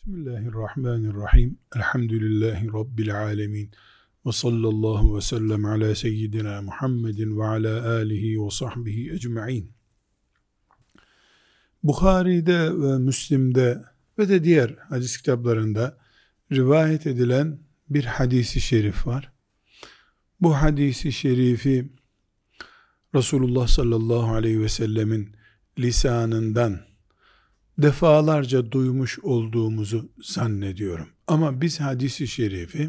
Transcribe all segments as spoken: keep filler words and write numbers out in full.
Bismillahirrahmanirrahim. Elhamdülillahi Rabbil alemin. Ve sallallahu ve sellem ala seyyidina Muhammedin ve ala alihi ve sahbihi ecma'in. Bukhari'de ve Müslim'de ve de diğer hadis kitaplarında rivayet edilen bir hadisi şerif var. Bu hadisi şerifi Resulullah sallallahu aleyhi ve sellemin lisanından defalarca duymuş olduğumuzu zannediyorum. Ama biz hadisi şerifi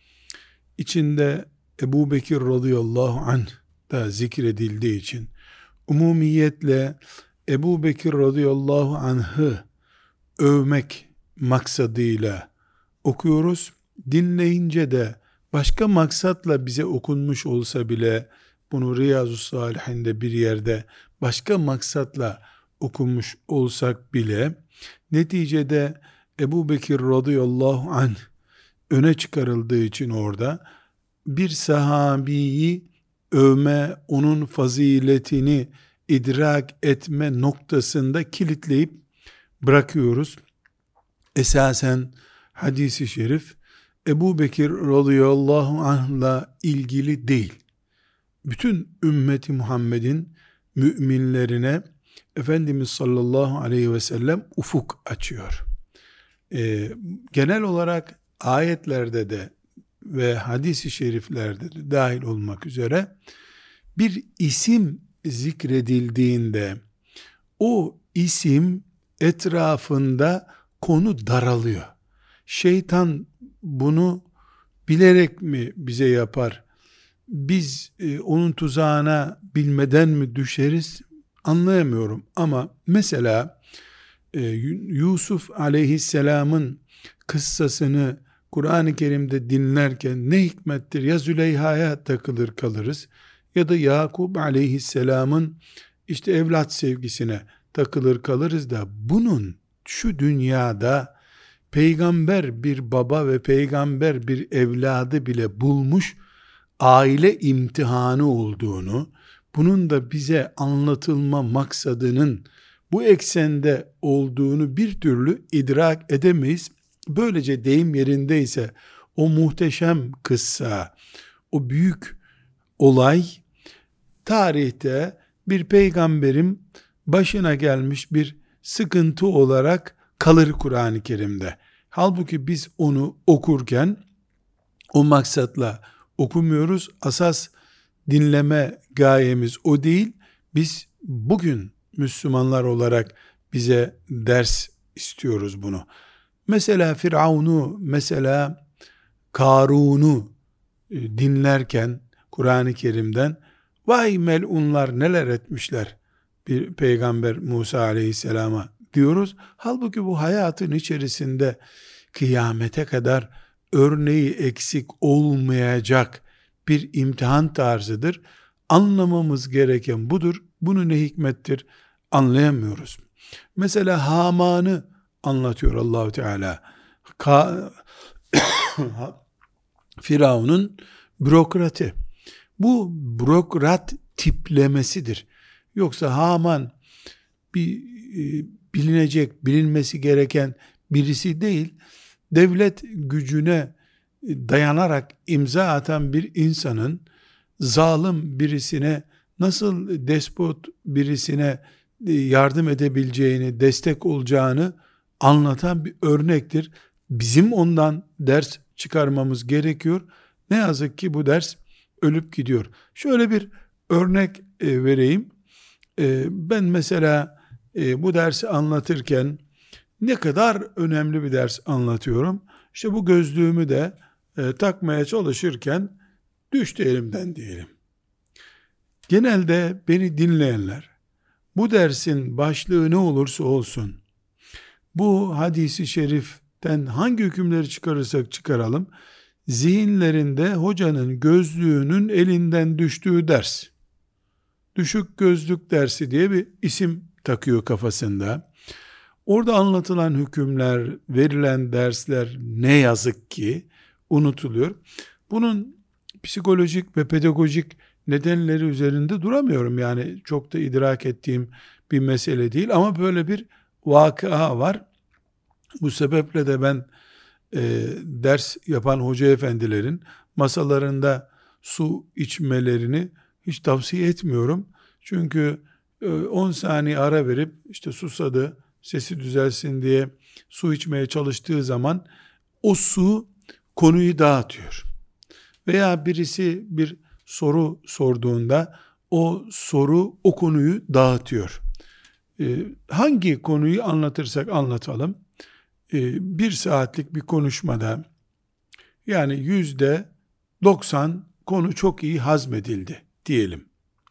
içinde Ebu Bekir radıyallahu anh da zikredildiği için umumiyetle Ebu Bekir radıyallahu anh'ı övmek maksadıyla okuyoruz. Dinleyince de başka maksatla bize okunmuş olsa bile bunu Riyazu-s-Salihin'de bir yerde başka maksatla okunmuş olsak bile neticede Ebu Bekir radıyallahu anh öne çıkarıldığı için orada bir sahabiyi övme, onun faziletini idrak etme noktasında kilitleyip bırakıyoruz. Esasen hadisi şerif Ebu Bekir radıyallahu anh'la ilgili değil. Bütün ümmeti Muhammed'in müminlerine Efendimiz sallallahu aleyhi ve sellem ufuk açıyor. Ee, genel olarak ayetlerde de ve hadis-i şeriflerde de dahil olmak üzere bir isim zikredildiğinde o isim etrafında konu daralıyor. Şeytan bunu bilerek mi bize yapar? Biz e, onun tuzağına bilmeden mi düşeriz? Anlayamıyorum ama mesela e, Yusuf aleyhisselamın kıssasını Kur'an-ı Kerim'de dinlerken ne hikmettir ya Züleyha'ya takılır kalırız ya da Yakup aleyhisselamın işte evlat sevgisine takılır kalırız da bunun şu dünyada peygamber bir baba ve peygamber bir evladı bile bulmuş aile imtihanı olduğunu, bunun da bize anlatılma maksadının bu eksende olduğunu bir türlü idrak edemeyiz. Böylece deyim yerindeyse o muhteşem kıssa, o büyük olay tarihte bir peygamberin başına gelmiş bir sıkıntı olarak kalır Kur'an-ı Kerim'de. Halbuki biz onu okurken o maksatla okumuyoruz. Asas dinleme gayemiz o değil. Biz bugün Müslümanlar olarak bize ders istiyoruz bunu. Mesela Firavun'u, mesela Karun'u dinlerken Kur'an-ı Kerim'den vay melunlar neler etmişler bir peygamber Musa aleyhisselama diyoruz. Halbuki bu hayatın içerisinde kıyamete kadar örneği eksik olmayacak bir imtihan tarzıdır. Anlamamız gereken budur. Bunu ne hikmettir anlayamıyoruz. Mesela Haman'ı anlatıyor Allah-u Teala. Ka- Firavun'un bürokratı. Bu bürokrat tiplemesidir. Yoksa Haman bir e, bilinecek, bilinmesi gereken birisi değil. Devlet gücüne dayanarak imza atan bir insanın zalim birisine nasıl despot birisine yardım edebileceğini, destek olacağını anlatan bir örnektir. Bizim ondan ders çıkarmamız gerekiyor. Ne yazık ki bu ders ölüp gidiyor. Şöyle bir örnek e, vereyim. E, ben mesela e, bu dersi anlatırken ne kadar önemli bir ders anlatıyorum. İşte bu gözlüğümü de e, takmaya çalışırken düştü elimden diyelim. Genelde beni dinleyenler bu dersin başlığı ne olursa olsun bu hadisi şeriften hangi hükümleri çıkarırsak çıkaralım zihinlerinde hocanın gözlüğünün elinden düştüğü ders, düşük gözlük dersi diye bir isim takıyor kafasında. Orada anlatılan hükümler, verilen dersler ne yazık ki unutuluyor. Bunun psikolojik ve pedagojik nedenleri üzerinde duramıyorum. Yani çok da idrak ettiğim bir mesele değil ama böyle bir vakıa var. Bu sebeple de ben e, ders yapan hoca efendilerin masalarında su içmelerini hiç tavsiye etmiyorum. Çünkü e, on saniye ara verip işte susadı, sesi düzelsin diye su içmeye çalıştığı zaman o su konuyu dağıtıyor. Veya birisi bir soru sorduğunda o soru o konuyu dağıtıyor. Ee, hangi konuyu anlatırsak anlatalım, ee, bir saatlik bir konuşmada yani yüzde doksan konu çok iyi hazmedildi diyelim.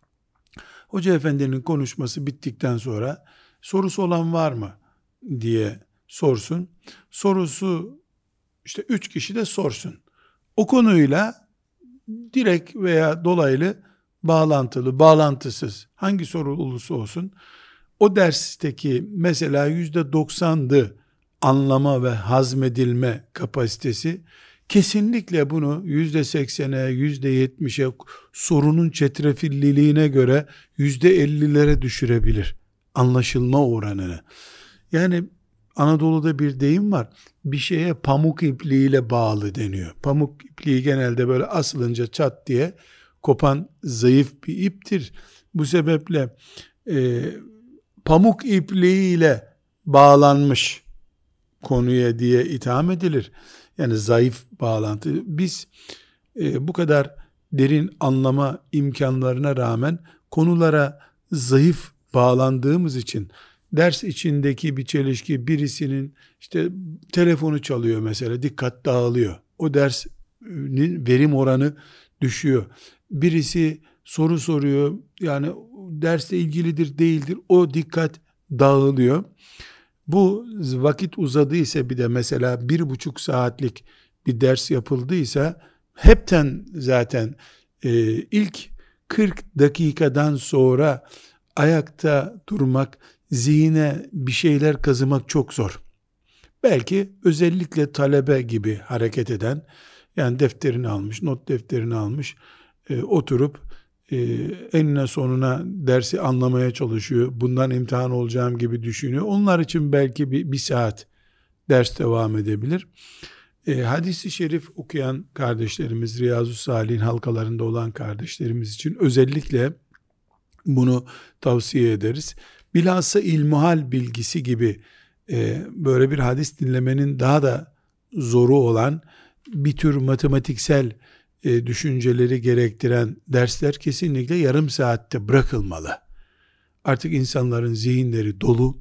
Hoca efendinin konuşması bittikten sonra sorusu olan var mı diye sorsun. Sorusu işte üç kişi de sorsun. O konuyla direkt veya dolaylı bağlantılı, bağlantısız hangi soru olursa olsun o dersteki mesela yüzde doksandı anlama ve hazmedilme kapasitesi, kesinlikle bunu yüzde seksene, yüzde yetmişe, sorunun çetrefilliliğine göre yüzde ellilere düşürebilir anlaşılma oranını. Yani Anadolu'da bir deyim var. Bir şeye pamuk ipliğiyle bağlı deniyor. Pamuk ipliği genelde böyle asılınca çat diye kopan zayıf bir iptir. Bu sebeple e, pamuk ipliğiyle bağlanmış konuya diye itham edilir. Yani zayıf bağlantı. Biz e, bu kadar derin anlama imkanlarına rağmen konulara zayıf bağlandığımız için ders içindeki bir çelişki, birisinin işte telefonu çalıyor mesela, dikkat dağılıyor. O dersin verim oranı düşüyor. Birisi soru soruyor, yani dersle ilgilidir değildir, o dikkat dağılıyor. Bu vakit uzadıysa, bir de mesela bir buçuk saatlik bir ders yapıldıysa, hepten zaten e, ilk kırk dakikadan sonra ayakta durmak, zihine bir şeyler kazımak çok zor. Belki özellikle talebe gibi hareket eden, yani defterini almış, not defterini almış, e, oturup e, enine sonuna dersi anlamaya çalışıyor, bundan imtihan olacağım gibi düşünüyor. Onlar için belki bir, bir saat ders devam edebilir. E, hadis-i şerif okuyan kardeşlerimiz, Riyazu Salihin halkalarında olan kardeşlerimiz için özellikle bunu tavsiye ederiz. Bilhassa ilmuhal bilgisi gibi e, böyle bir hadis dinlemenin daha da zoru olan bir tür matematiksel e, düşünceleri gerektiren dersler kesinlikle yarım saatte bırakılmalı. Artık insanların zihinleri dolu.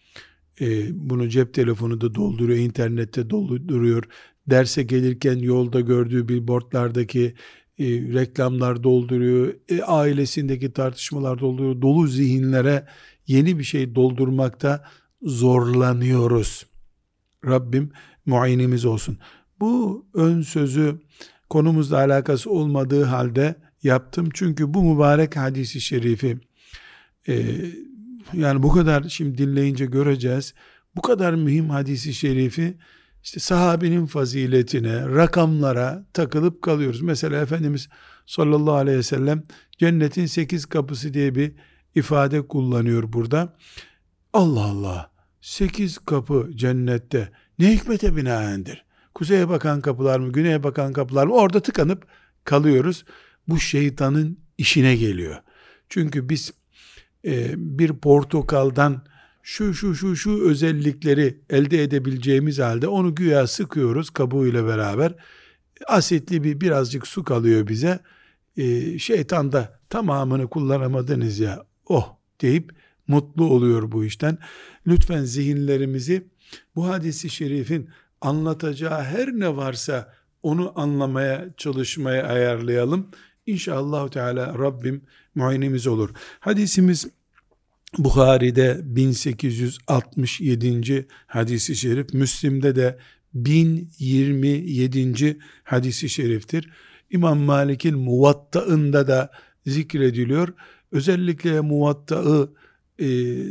E, bunu cep telefonu da dolduruyor, internette dolduruyor. Derse gelirken yolda gördüğü billboardlardaki e, reklamlar dolduruyor. E, ailesindeki tartışmalar dolduruyor. Dolu zihinlere yeni bir şey doldurmakta zorlanıyoruz. Rabbim muayenimiz olsun. Bu ön sözü konumuzla alakası olmadığı halde yaptım. Çünkü bu mübarek hadisi şerifi e, yani bu kadar, şimdi dinleyince göreceğiz, bu kadar mühim hadisi şerifi işte sahabinin faziletine, rakamlara takılıp kalıyoruz. Mesela Efendimiz sallallahu aleyhi ve sellem cennetin sekiz kapısı diye bir ifade kullanıyor burada. Allah Allah, sekiz kapı cennette ne hikmete binaendir? Kuzeye bakan kapılar mı, güneye bakan kapılar mı? Orada tıkanıp kalıyoruz. Bu şeytanın işine geliyor. Çünkü biz e, bir portakaldan şu şu şu şu özellikleri elde edebileceğimiz halde onu güya sıkıyoruz kabuğuyla beraber. Asitli bir birazcık su kalıyor bize. E, şeytan da tamamını kullanamadınız ya, oh deyip mutlu oluyor bu işten. Lütfen zihinlerimizi bu hadisi şerifin anlatacağı her ne varsa onu anlamaya, çalışmaya ayarlayalım. İnşallah Teala Rabbim muayenimiz olur. Hadisimiz Buhari'de bin sekiz yüz altmış yedinci hadisi şerif, Müslim'de de bin yirmi yedinci hadisi şeriftir. İmam Malik'in Muvatta'ında da zikrediliyor. Özellikle Muvatta'ı e,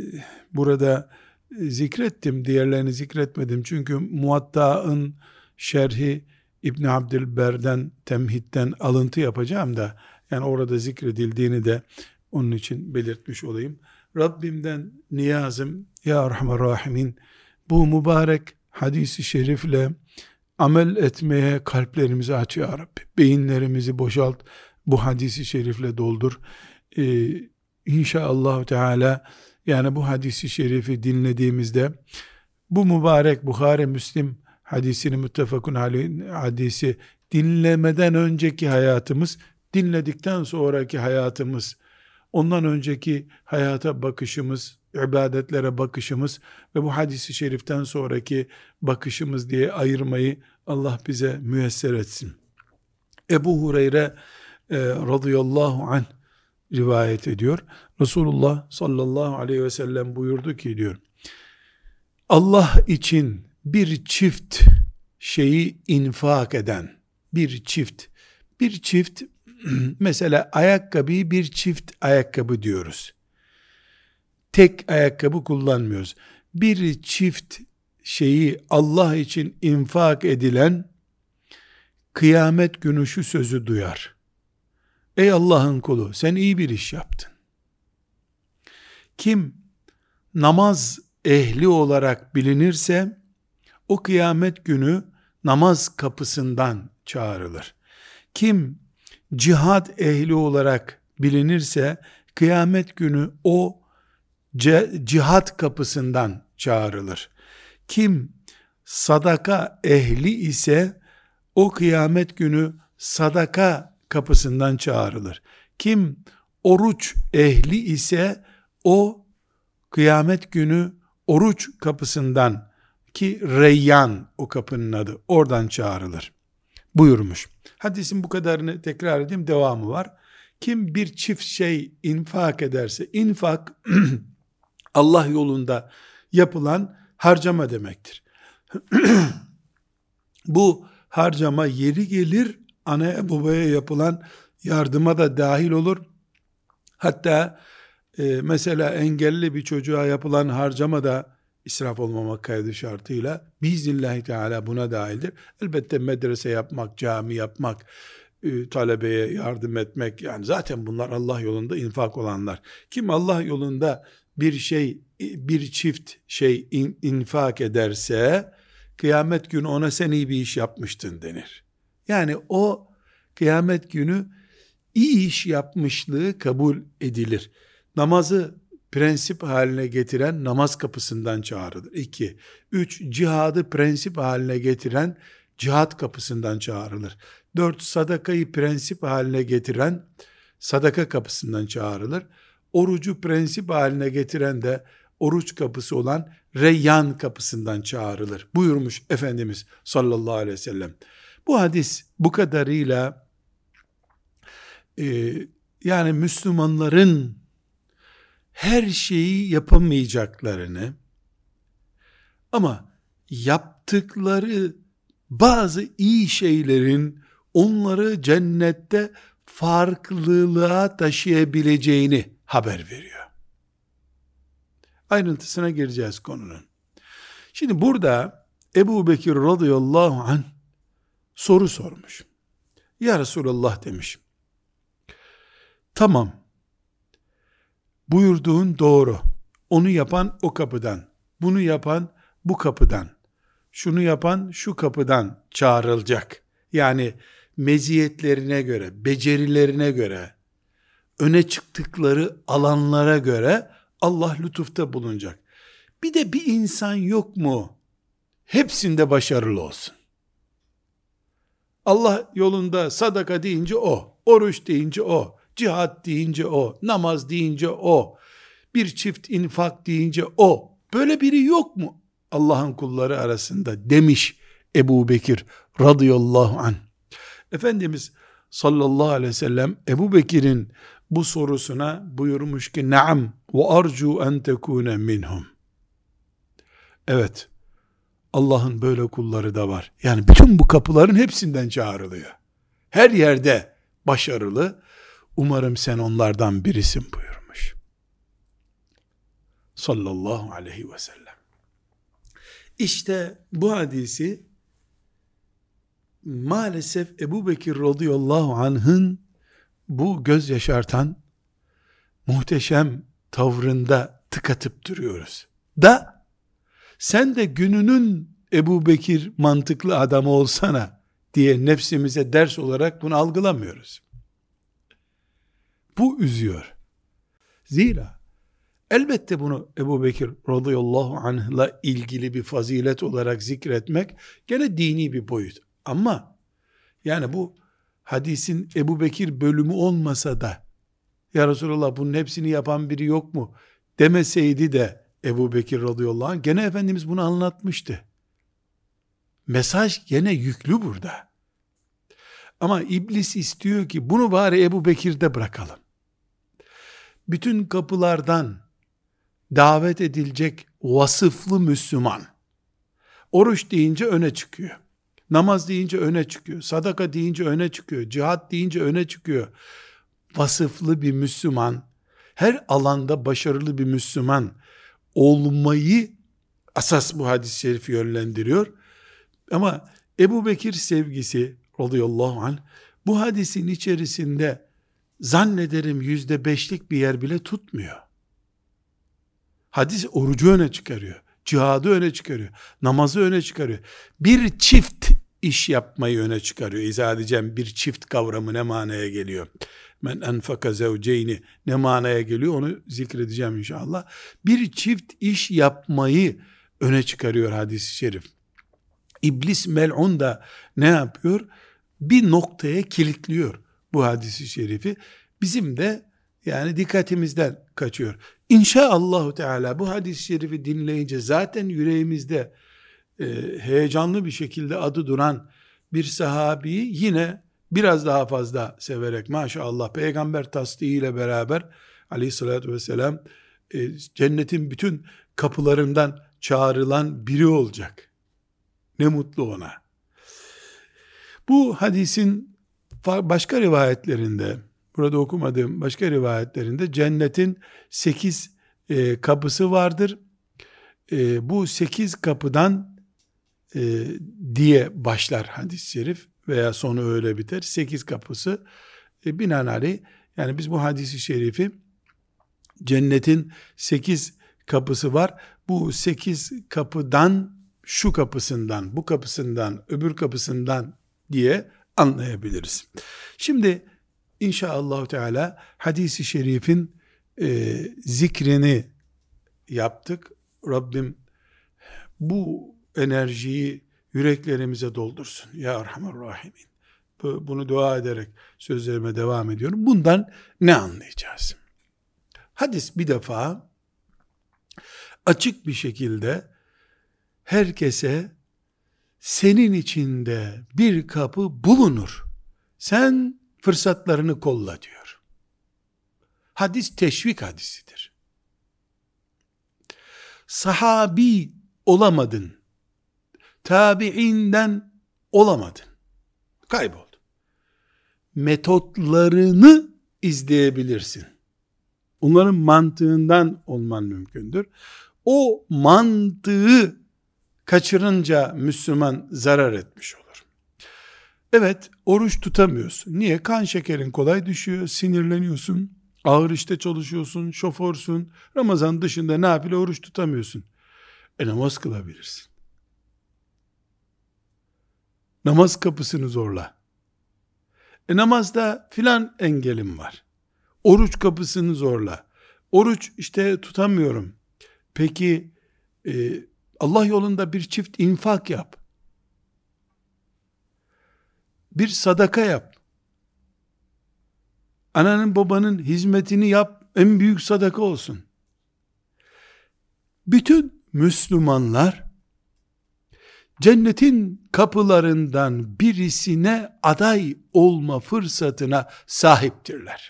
burada zikrettim, diğerlerini zikretmedim. Çünkü Muvatta'ın şerhi İbn Abdülber'den, Temhid'den alıntı yapacağım da, yani orada zikredildiğini de onun için belirtmiş olayım. Rabbimden niyazım, Ya Erhamer Rahimin, bu mübarek hadisi şerifle amel etmeye kalplerimizi aç ya Rabbi. Beyinlerimizi boşalt. Bu hadisi şerifle doldur. Ee, İnşallah Teala, yani bu hadisi şerifi dinlediğimizde bu mübarek Buhari Müslim hadisini, muttefakun aleyh hadisi dinlemeden önceki hayatımız, dinledikten sonraki hayatımız, ondan önceki hayata bakışımız, ibadetlere bakışımız ve bu hadisi şeriften sonraki bakışımız diye ayırmayı Allah bize müyesser etsin. Ebu Hureyre e, radıyallahu anh rivayet ediyor. Resulullah sallallahu aleyhi ve sellem buyurdu ki diyor, Allah için bir çift şeyi infak eden, bir çift, bir çift mesela ayakkabıyı bir çift ayakkabı diyoruz. Tek ayakkabı kullanmıyoruz. Bir çift şeyi Allah için infak edilen kıyamet günü şu sözü duyar: ey Allah'ın kulu, sen iyi bir iş yaptın. Kim namaz ehli olarak bilinirse o kıyamet günü namaz kapısından çağrılır. Kim cihad ehli olarak bilinirse kıyamet günü o cihad kapısından çağrılır. Kim sadaka ehli ise o kıyamet günü sadaka kapısından çağrılır. Kim oruç ehli ise o kıyamet günü oruç kapısından, ki Reyyan o kapının adı, oradan çağrılır buyurmuş. Hadisin bu kadarını tekrar edeyim, devamı var. Kim bir çift şey infak ederse, infak Allah yolunda yapılan harcama demektir. Bu harcama yeri gelir anaya babaya yapılan yardıma da dahil olur. Hatta e, mesela engelli bir çocuğa yapılan harcama da israf olmamak kaydı şartıyla biiznillahü teala buna dahildir. Elbette medrese yapmak, cami yapmak, e, talebeye yardım etmek, yani zaten bunlar Allah yolunda infak olanlar. Kim Allah yolunda bir şey, bir çift şey in, infak ederse kıyamet günü ona sen iyi bir iş yapmıştın denir. Yani o kıyamet günü iyi iş yapmışlığı kabul edilir. Namazı prensip haline getiren namaz kapısından çağrılır. İki. Üç, cihadı prensip haline getiren cihat kapısından çağrılır. Dört, sadakayı prensip haline getiren sadaka kapısından çağrılır. Orucu prensip haline getiren de oruç kapısı olan Reyyan kapısından çağrılır buyurmuş Efendimiz sallallahu aleyhi ve sellem. Bu hadis bu kadarıyla e, yani Müslümanların her şeyi yapamayacaklarını ama yaptıkları bazı iyi şeylerin onları cennette farklılığa taşıyabileceğini haber veriyor. Ayrıntısına gireceğiz konunun. Şimdi burada Ebu Bekir radıyallahu anh soru sormuş. Ya Resulallah demiş, tamam, buyurduğun doğru. Onu yapan o kapıdan, bunu yapan bu kapıdan, şunu yapan şu kapıdan çağrılacak. Yani meziyetlerine göre, becerilerine göre, öne çıktıkları alanlara göre Allah lütufta bulunacak. Bir de bir insan yok mu hepsinde başarılı olsun? Allah yolunda sadaka deyince o, oruç deyince o, cihat deyince o, namaz deyince o, bir çift infak deyince o. Böyle biri yok mu Allah'ın kulları arasında demiş Ebu Bekir radıyallahu anh. Efendimiz sallallahu aleyhi ve sellem Ebu Bekir'in bu sorusuna buyurmuş ki naam ve arju en tekune minhum. Evet, Allah'ın böyle kulları da var. Yani bütün bu kapıların hepsinden çağrılıyor. Her yerde başarılı. Umarım sen onlardan birisin buyurmuş. Sallallahu aleyhi ve sellem. İşte bu hadisi maalesef Ebu Bekir radıyallahu anh'ın bu göz yaşartan muhteşem tavrında tıkatıp duruyoruz. Da sen de gününün Ebu Bekir mantıklı adam olsana diye nefsimize ders olarak bunu algılamıyoruz. Bu üzüyor. Zira elbette bunu Ebu Bekir radıyallahu anh'la ilgili bir fazilet olarak zikretmek gene dini bir boyut. Ama yani bu hadisin Ebu Bekir bölümü olmasa da ya Resulallah bunun hepsini yapan biri yok mu demeseydi de Ebu Bekir radıyallahu anh gene Efendimiz bunu anlatmıştı. Mesaj gene yüklü burada. Ama iblis istiyor ki bunu bari Ebu Bekir'de bırakalım. Bütün kapılardan davet edilecek vasıflı Müslüman, oruç deyince öne çıkıyor. Namaz deyince öne çıkıyor. Sadaka deyince öne çıkıyor. Cihat deyince öne çıkıyor. Vasıflı bir Müslüman, her alanda başarılı bir Müslüman olmayı asas bu hadis-i şerif yönlendiriyor. Ama Ebu Bekir sevgisi radıyallahu anh bu hadisin içerisinde zannederim yüzde beşlik bir yer bile tutmuyor. Hadis orucu öne çıkarıyor. Cihadı öne çıkarıyor. Namazı öne çıkarıyor. Bir çift iş yapmayı öne çıkarıyor. İzah edeceğim bir çift kavramı ne manaya geliyor. Men enfaka zevceyni ne manaya geliyor onu zikredeceğim inşallah. Bir çift iş yapmayı öne çıkarıyor hadis-i şerif. İblis mel'un da ne yapıyor? Bir noktaya kilitliyor bu hadis-i şerifi. Bizim de yani dikkatimizden kaçıyor. İnşaallahu Teala bu hadis-i şerifi dinleyince zaten yüreğimizde e, heyecanlı bir şekilde adı duran bir sahabiyi yine biraz daha fazla severek maşallah peygamber tasdiğiyle beraber aleyhissalatü vesselam e, cennetin bütün kapılarından çağrılan biri olacak. Ne mutlu ona. Bu hadisin başka rivayetlerinde, burada okumadığım başka rivayetlerinde cennetin sekiz e, kapısı vardır. E, bu sekiz kapıdan e, diye başlar hadis-i şerif veya sonu öyle biter. Sekiz kapısı e, binaenaleyh yani biz bu hadis-i şerifi cennetin sekiz kapısı var. Bu sekiz kapıdan şu kapısından, bu kapısından, öbür kapısından diye anlayabiliriz. Şimdi inşallah Teala hadis-i şerifin e, zikrini yaptık. Rabbim bu enerjiyi yüreklerimize doldursun. Ya Erhamerrahimin. Bunu dua ederek sözlerime devam ediyorum. Bundan ne anlayacağız? Hadis bir defa açık bir şekilde herkese senin içinde bir kapı bulunur. Sen fırsatlarını kolla diyor. Hadis teşvik hadisidir. Sahabi olamadın. Tabiinden olamadın. Kayboldun. Metotlarını izleyebilirsin. Onların mantığından olman mümkündür. O mantığı kaçırınca Müslüman zarar etmiş olur. Evet, oruç tutamıyorsun. Niye? Kan şekerin kolay düşüyor, sinirleniyorsun, ağır işte çalışıyorsun, şoförsün. Ramazan dışında nafile oruç tutamıyorsun. E namaz kılabilirsin. Namaz kapısını zorla. E namazda filan engelim var. Oruç kapısını zorla. Oruç işte tutamıyorum. Peki e, Allah yolunda bir çift infak yap. Bir sadaka yap. Ananın babanın hizmetini yap. En büyük sadaka olsun. Bütün Müslümanlar cennetin kapılarından birisine aday olma fırsatına sahiptirler.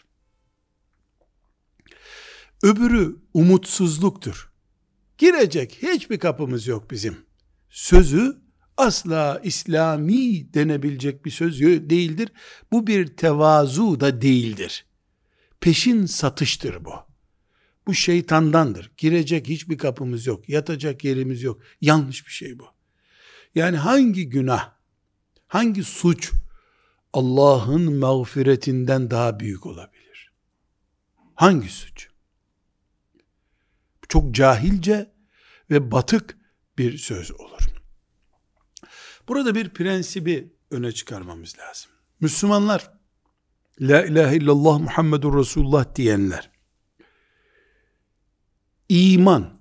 Öbürü umutsuzluktur. Girecek hiçbir kapımız yok bizim. Sözü asla İslami denebilecek bir söz değildir. Bu bir tevazu da değildir. Peşin satıştır bu. Bu şeytandandır. Girecek hiçbir kapımız yok. Yatacak yerimiz yok. Yanlış bir şey bu. Yani hangi günah, hangi suç Allah'ın mağfiretinden daha büyük olabilir? Hangi suç? Çok cahilce ve batık bir söz olur. Burada bir prensibi öne çıkarmamız lazım. Müslümanlar, La ilahe illallah Muhammedur Resulullah diyenler, iman,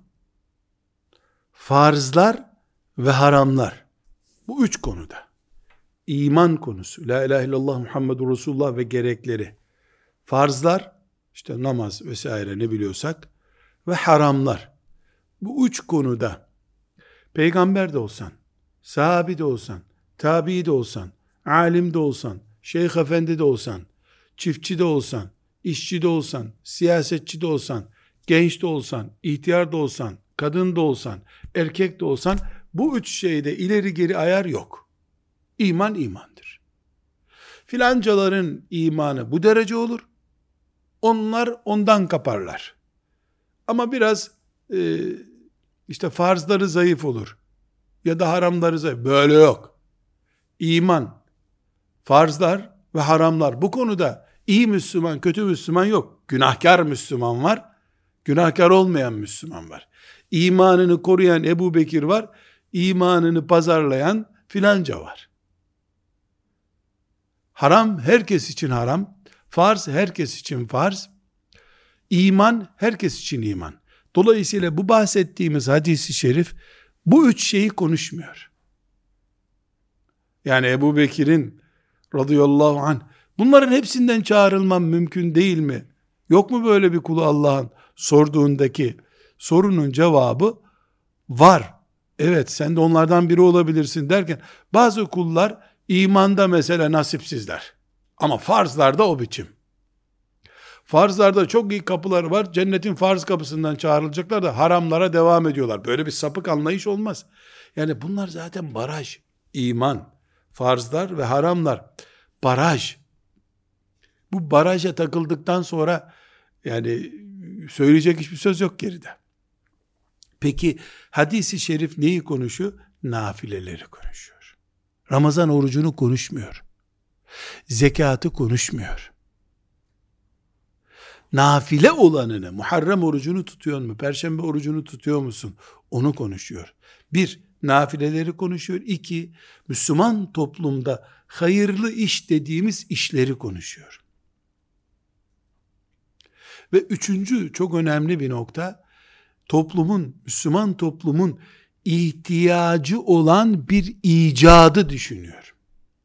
farzlar ve haramlar, bu üç konuda, iman konusu, La ilahe illallah Muhammedur Resulullah ve gerekleri, farzlar, işte namaz vesaire ne biliyorsak, ve haramlar, bu üç konuda, peygamber de olsan, sahabi de olsan, tabi de olsan, alim de olsan, şeyh efendi de olsan, çiftçi de olsan, işçi de olsan, siyasetçi de olsan, genç de olsan, ihtiyar da olsan, kadın da olsan, erkek de olsan, bu üç şeyde ileri geri ayar yok. İman imandır. Filancaların imanı bu derece olur, onlar ondan kaparlar. Ama biraz e, işte farzları zayıf olur ya da haramları zayıf. Böyle yok. İman, farzlar ve haramlar, bu konuda iyi Müslüman, kötü Müslüman yok. Günahkar Müslüman var, günahkar olmayan Müslüman var. İmanını koruyan Ebu Bekir var, imanını pazarlayan filanca var. Haram herkes için haram, farz herkes için farz, iman herkes için iman. Dolayısıyla bu bahsettiğimiz hadis-i şerif bu üç şeyi konuşmuyor. Yani Ebu Bekir'in radıyallahu anh, bunların hepsinden çağrılmam mümkün değil mi? Yok mu böyle bir kulu Allah'ın sorduğundaki sorunun cevabı var. Evet, sen de onlardan biri olabilirsin derken, bazı kullar imanda mesela nasipsizler. Ama farzlarda o biçim. Farzlarda çok iyi kapıları var. Cennetin farz kapısından çağrılacaklar da haramlara devam ediyorlar. Böyle bir sapık anlayış olmaz. Yani bunlar zaten baraj. İman, farzlar ve haramlar baraj. Bu baraja takıldıktan sonra yani söyleyecek hiçbir söz yok geride. Peki hadis-i şerif neyi konuşuyor? Nafileleri konuşuyor. Ramazan orucunu konuşmuyor. Zekatı konuşmuyor. Nafile olanını, Muharrem orucunu tutuyor mu? Perşembe orucunu tutuyor musun? Onu konuşuyor. Bir, nafileleri konuşuyor. İki, Müslüman toplumda hayırlı iş dediğimiz işleri konuşuyor. Ve üçüncü çok önemli bir nokta, toplumun, Müslüman toplumun ihtiyacı olan bir icadı düşünüyor.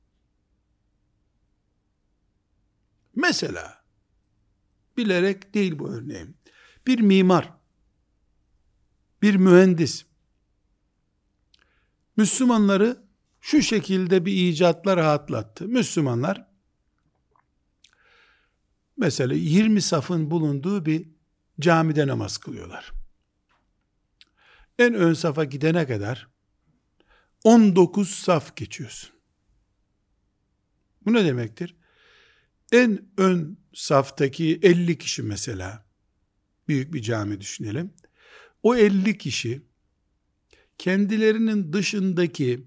Mesela, bilerek değil bu örneğim, bir mimar, bir mühendis, Müslümanları şu şekilde bir icatla rahatlattı. Müslümanlar, mesela yirmi safın bulunduğu bir camide namaz kılıyorlar. En ön safa gidene kadar on dokuz saf geçiyorsun. Bu ne demektir? En ön saftaki elli kişi mesela, büyük bir cami düşünelim. O elli kişi kendilerinin dışındaki,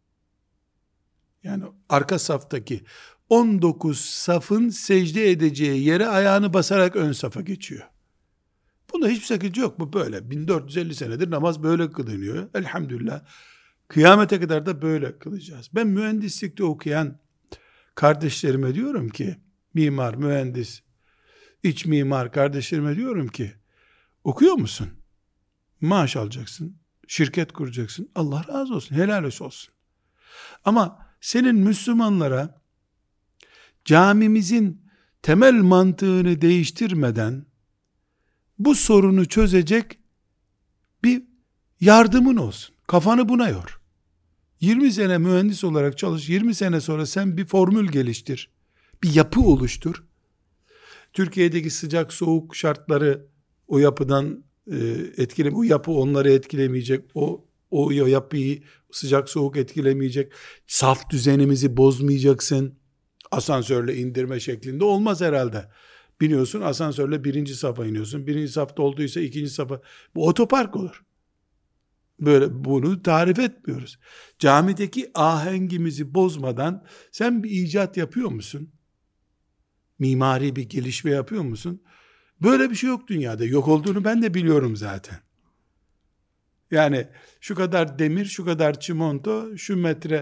yani arka saftaki on dokuz safın secde edeceği yere ayağını basarak ön safa geçiyor. Bunda hiçbir sakınca yok. Bu böyle. bin dört yüz elli senedir namaz böyle kılınıyor. Elhamdülillah. Kıyamete kadar da böyle kılacağız. Ben mühendislikte okuyan kardeşlerime diyorum ki, mimar, mühendis, iç mimar kardeşlerime diyorum ki, okuyor musun? Maaş alacaksın, şirket kuracaksın. Allah razı olsun, helal olsun. Ama senin Müslümanlara camimizin temel mantığını değiştirmeden bu sorunu çözecek bir yardımın olsun. Kafanı buna yor. yirmi sene mühendis olarak çalış, yirmi sene sonra sen bir formül geliştir. Bir yapı oluştur. Türkiye'deki sıcak soğuk şartları o yapıdan e, etkile, bu yapı onları etkilemeyecek. O o yapıyı sıcak soğuk etkilemeyecek. Saf düzenimizi bozmayacaksın. Asansörle indirme şeklinde olmaz herhalde. Biniyorsun asansörle birinci safa iniyorsun. Birinci safta olduysa ikinci safa. Bu otopark olur. Böyle bunu tarif etmiyoruz. Camideki ahengimizi bozmadan sen bir icat yapıyor musun? Mimari bir gelişme yapıyor musun? Böyle bir şey yok dünyada. Yok olduğunu ben de biliyorum zaten. Yani şu kadar demir, şu kadar çimento, şu metre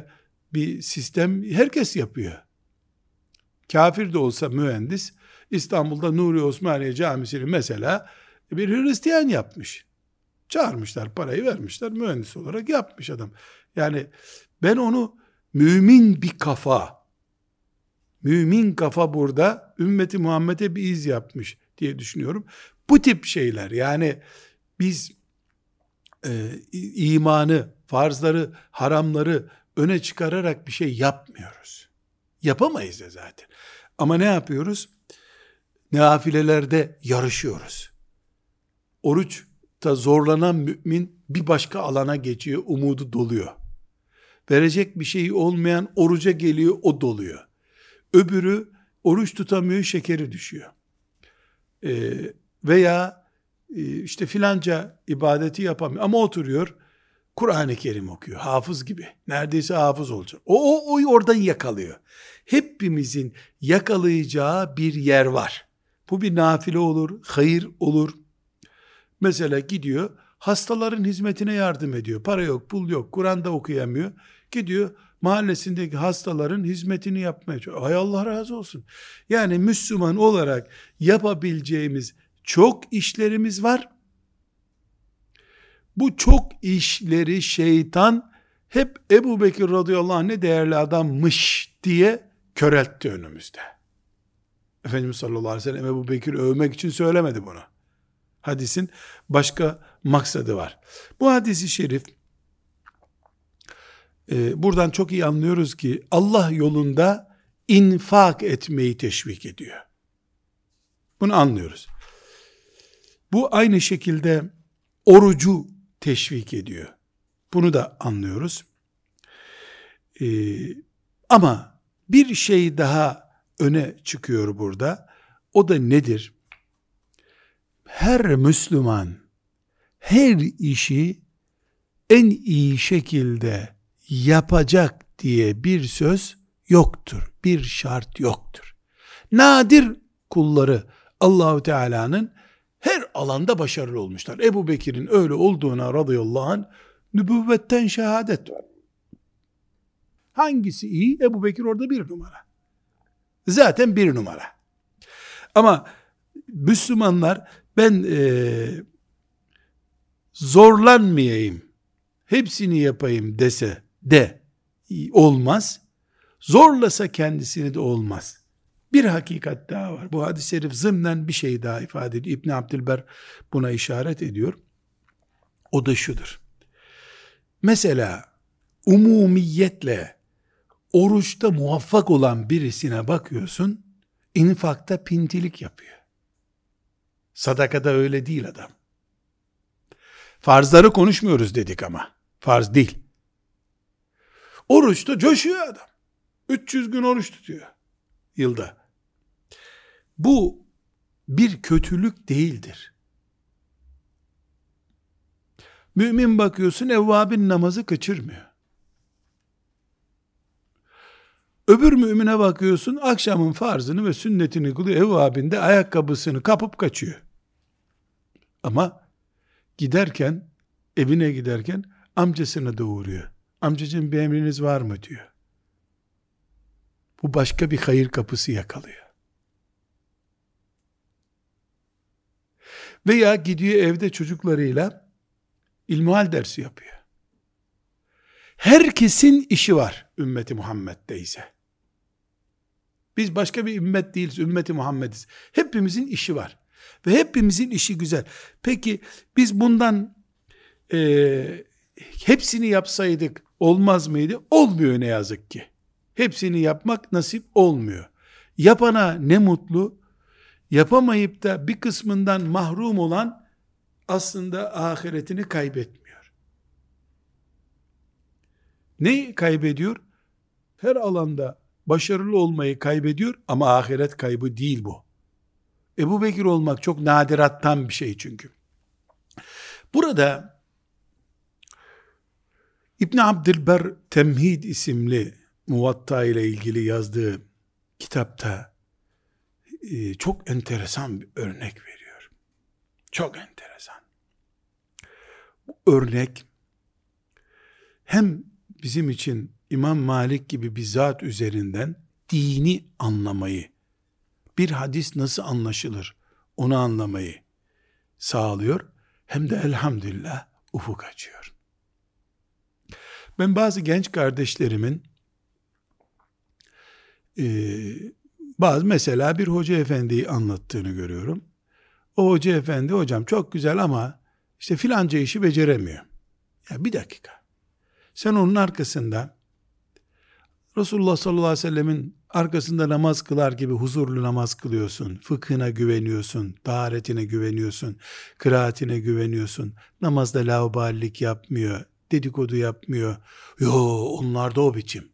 bir sistem herkes yapıyor. Kafir de olsa mühendis, İstanbul'da Nuri Osmaniye Camisi'ni mesela bir Hristiyan yapmış. Çağırmışlar, parayı vermişler, mühendis olarak yapmış adam. Yani ben onu mümin bir kafa, mümin kafa burada ümmeti Muhammed'e bir iz yapmış diye düşünüyorum. Bu tip şeyler, yani biz e, imanı, farzları, haramları öne çıkararak bir şey yapmıyoruz. Yapamayız da zaten. Ama ne yapıyoruz? Nafilelerde yarışıyoruz. Oruçta zorlanan mümin bir başka alana geçiyor, umudu doluyor. Verecek bir şeyi olmayan oruca geliyor, o doluyor. Öbürü oruç tutamıyor, şekeri düşüyor. Ee, veya e, işte filanca ibadeti yapamıyor ama oturuyor, Kur'an-ı Kerim okuyor, hafız gibi. Neredeyse hafız olacak. O, o, o oradan yakalıyor. Hepimizin yakalayacağı bir yer var. Bu bir nafile olur, hayır olur. Mesela gidiyor, hastaların hizmetine yardım ediyor. Para yok, pul yok, Kur'an'da okuyamıyor. Gidiyor, mahallesindeki hastaların hizmetini yapmaya çalışıyor. Ay Allah razı olsun. Yani Müslüman olarak yapabileceğimiz çok işlerimiz var. Bu çok işleri şeytan hep Ebu Bekir radıyallahu anh ne değerli adammış diye köreltti önümüzde. Efendimiz sallallahu aleyhi ve sellem Ebu Bekir övmek için söylemedi bunu. Hadisin başka maksadı var. Bu hadisi şerif e, buradan çok iyi anlıyoruz ki Allah yolunda infak etmeyi teşvik ediyor. Bunu anlıyoruz. Bu aynı şekilde orucu teşvik ediyor. Bunu da anlıyoruz. Ee, ama bir şey daha öne çıkıyor burada. O da nedir? Her Müslüman her işi en iyi şekilde yapacak diye bir söz yoktur. Bir şart yoktur. Nadir kulları Allahu Teala'nın her alanda başarılı olmuşlar. Ebu Bekir'in öyle olduğuna radıyallahu anh nübüvvetten şehadet var. Hangisi iyi? Ebu Bekir orada bir numara. Zaten bir numara. Ama Müslümanlar ben e, zorlanmayayım, hepsini yapayım dese de olmaz. Zorlasa kendisini de olmaz. Bir hakikat daha var. Bu hadis-i şerif zımnen bir şey daha ifade ediyor. İbn Abdülber buna işaret ediyor. O da şudur. Mesela umumiyetle oruçta muvaffak olan birisine bakıyorsun, infakta pintilik yapıyor. Sadakada öyle değil adam. Farzları konuşmuyoruz dedik ama. Farz değil. Oruçta coşuyor adam. üç yüz gün oruç tutuyor yılda. Bu bir kötülük değildir. Mümin bakıyorsun evvabin namazı kaçırmıyor. Öbür mümine bakıyorsun akşamın farzını ve sünnetini kılıyor, evvabinde ayakkabısını kapıp kaçıyor. Ama giderken, evine giderken amcasına da uğruyor. Amcacığım bir emriniz var mı diyor. Bu başka bir hayır kapısı yakalıyor. Veya gidiyor evde çocuklarıyla ilmihal dersi yapıyor. Herkesin işi var ümmeti Muhammed'de ise. Biz başka bir ümmet değiliz, ümmeti Muhammediz. Hepimizin işi var. Ve hepimizin işi güzel. Peki biz bundan e, hepsini yapsaydık olmaz mıydı? Olmuyor ne yazık ki. Hepsini yapmak nasip olmuyor. Yapana ne mutlu. Yapamayıp da bir kısmından mahrum olan aslında ahiretini kaybetmiyor. Ne kaybediyor? Her alanda başarılı olmayı kaybediyor ama ahiret kaybı değil bu. Ebu Bekir olmak çok nadirattan bir şey çünkü. Burada İbn Abdülber Temhid isimli Muvatta ile ilgili yazdığı kitapta e, çok enteresan bir örnek veriyor. Çok enteresan. Bu örnek hem bizim için İmam Malik gibi bir zat üzerinden dini anlamayı, bir hadis nasıl anlaşılır onu anlamayı sağlıyor. Hem de elhamdülillah ufuk açıyor. Ben bazı genç kardeşlerimin e, bazı mesela bir hoca efendiyi anlattığını görüyorum. O hoca efendi, hocam çok güzel ama işte filanca işi beceremiyor. Ya bir dakika. Sen onun arkasında Resulullah sallallahu aleyhi ve sellemin arkasında namaz kılar gibi huzurlu namaz kılıyorsun. Fıkhına güveniyorsun, taharetine güveniyorsun, kıraatine güveniyorsun. Namazda laubalilik yapmıyor, dedikodu yapmıyor. Yo, onlar da o biçim.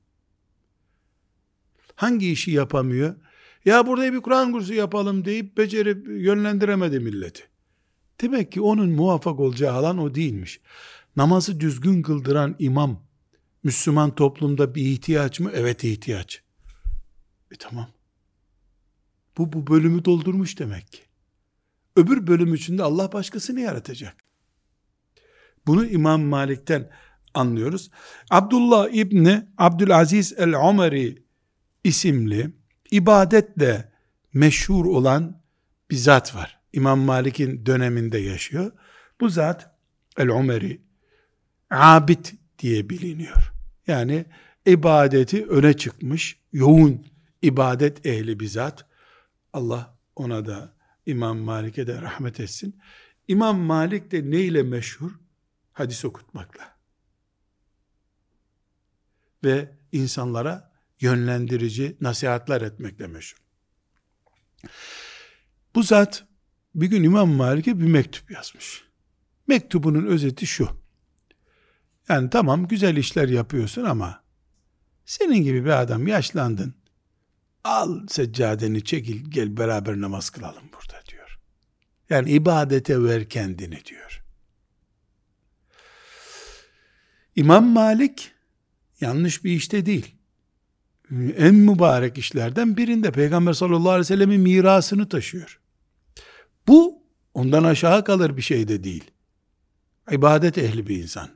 Hangi işi yapamıyor? Ya burada bir Kur'an kursu yapalım deyip becerip yönlendiremedi milleti. Demek ki onun muvaffak olacağı alan o değilmiş. Namazı düzgün kıldıran imam, Müslüman toplumda bir ihtiyaç mı? Evet, ihtiyaç. E tamam. Bu, bu bölümü doldurmuş demek ki. Öbür bölüm içinde Allah başkasını yaratacak. Bunu İmam Malik'ten anlıyoruz. Abdullah İbni Abdülaziz el-Umeri isimli ibadetle meşhur olan bir zat var. İmam Malik'in döneminde yaşıyor. Bu zat el-Umeri abid diye biliniyor. Yani ibadeti öne çıkmış, yoğun ibadet ehli bir zat. Allah ona da İmam Malik'e de rahmet etsin. İmam Malik de neyle meşhur? Hadis okutmakla. Ve insanlara yönlendirici nasihatler etmekle meşhur. Bu zat bir gün İmam Malik'e bir mektup yazmış. Mektubunun özeti şu: yani tamam güzel işler yapıyorsun ama senin gibi bir adam, yaşlandın, al seccadeni çekil gel beraber namaz kılalım burada diyor. Yani ibadete ver kendini diyor. İmam Malik yanlış bir işte değil. En mübarek işlerden birinde Peygamber sallallahu aleyhi ve sellemin mirasını taşıyor. Bu ondan aşağı kalır bir şey de değil. İbadet ehli bir insan.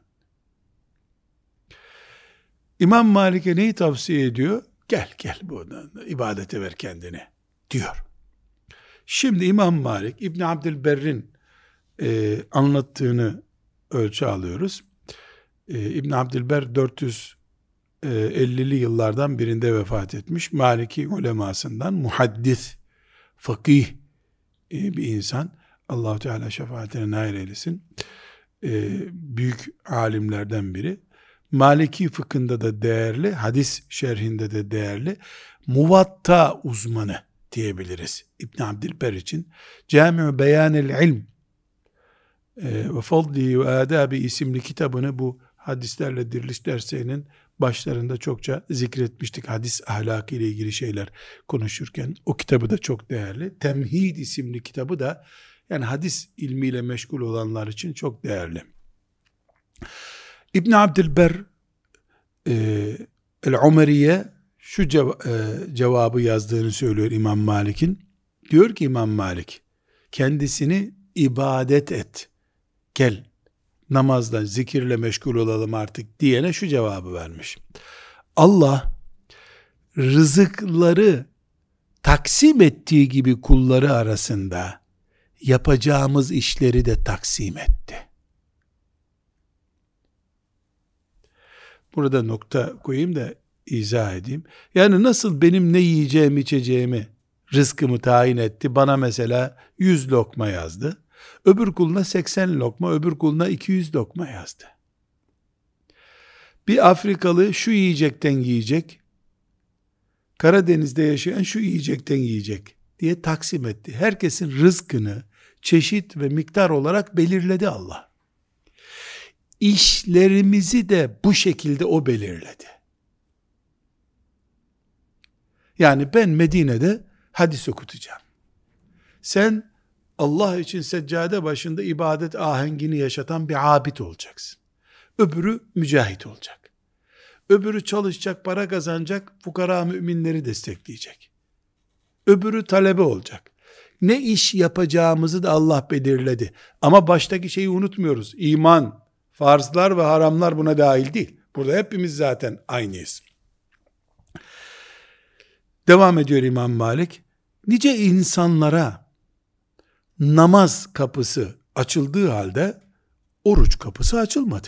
İmam Malik'e neyi tavsiye ediyor? Gel gel bu ibadete ver kendini diyor. Şimdi İmam Malik İbn Abdülberr'in e, anlattığını ölçü alıyoruz. E, İbn Abdülber dört yüz ellili yıllardan birinde vefat etmiş. Maliki ulemasından muhaddis, fakih e, bir insan. Allah-u Teala şefaatine nail eylesin. E, büyük alimlerden biri. Maliki fıkhında da değerli, hadis şerhinde de değerli, muvatta uzmanı diyebiliriz İbn Abdülber için. Cami-ü Beyanil İlm ve Fadli ve Adabi isimli kitabını bu hadislerle diriliş derslerinin başlarında çokça zikretmiştik. Hadis ahlakı ile ilgili şeyler konuşurken o kitabı da çok değerli. Temhid isimli kitabı da yani hadis ilmiyle meşgul olanlar için çok değerli. İbn Abdülber e, el-Umeriye şu cev- e, cevabı yazdığını söylüyor İmam Malik'in. Diyor ki İmam Malik, kendisini ibadet et, gel namazla, zikirle meşgul olalım artık diyene şu cevabı vermiş: Allah rızıkları taksim ettiği gibi kulları arasında yapacağımız işleri de taksim etti. Burada nokta koyayım da izah edeyim. Yani nasıl benim ne yiyeceğimi, içeceğimi, rızkımı tayin etti. Bana mesela yüz lokma yazdı. Öbür kuluna seksen lokma, öbür kuluna iki yüz lokma yazdı. Bir Afrikalı şu yiyecekten yiyecek, Karadeniz'de yaşayan şu yiyecekten yiyecek diye taksim etti. Herkesin rızkını çeşit ve miktar olarak belirledi Allah. İşlerimizi de bu şekilde o belirledi. Yani ben Medine'de hadis okutacağım. Sen Allah için seccade başında ibadet ahengini yaşatan bir abid olacaksın. Öbürü mücahit olacak. Öbürü çalışacak, para kazanacak, fukara müminleri destekleyecek. Öbürü talebe olacak. Ne iş yapacağımızı da Allah belirledi. Ama baştaki şeyi unutmuyoruz. İman, farzlar ve haramlar buna dahil değil. Burada hepimiz zaten aynıyız. Devam ediyor İmam Malik. Nice insanlara namaz kapısı açıldığı halde oruç kapısı açılmadı.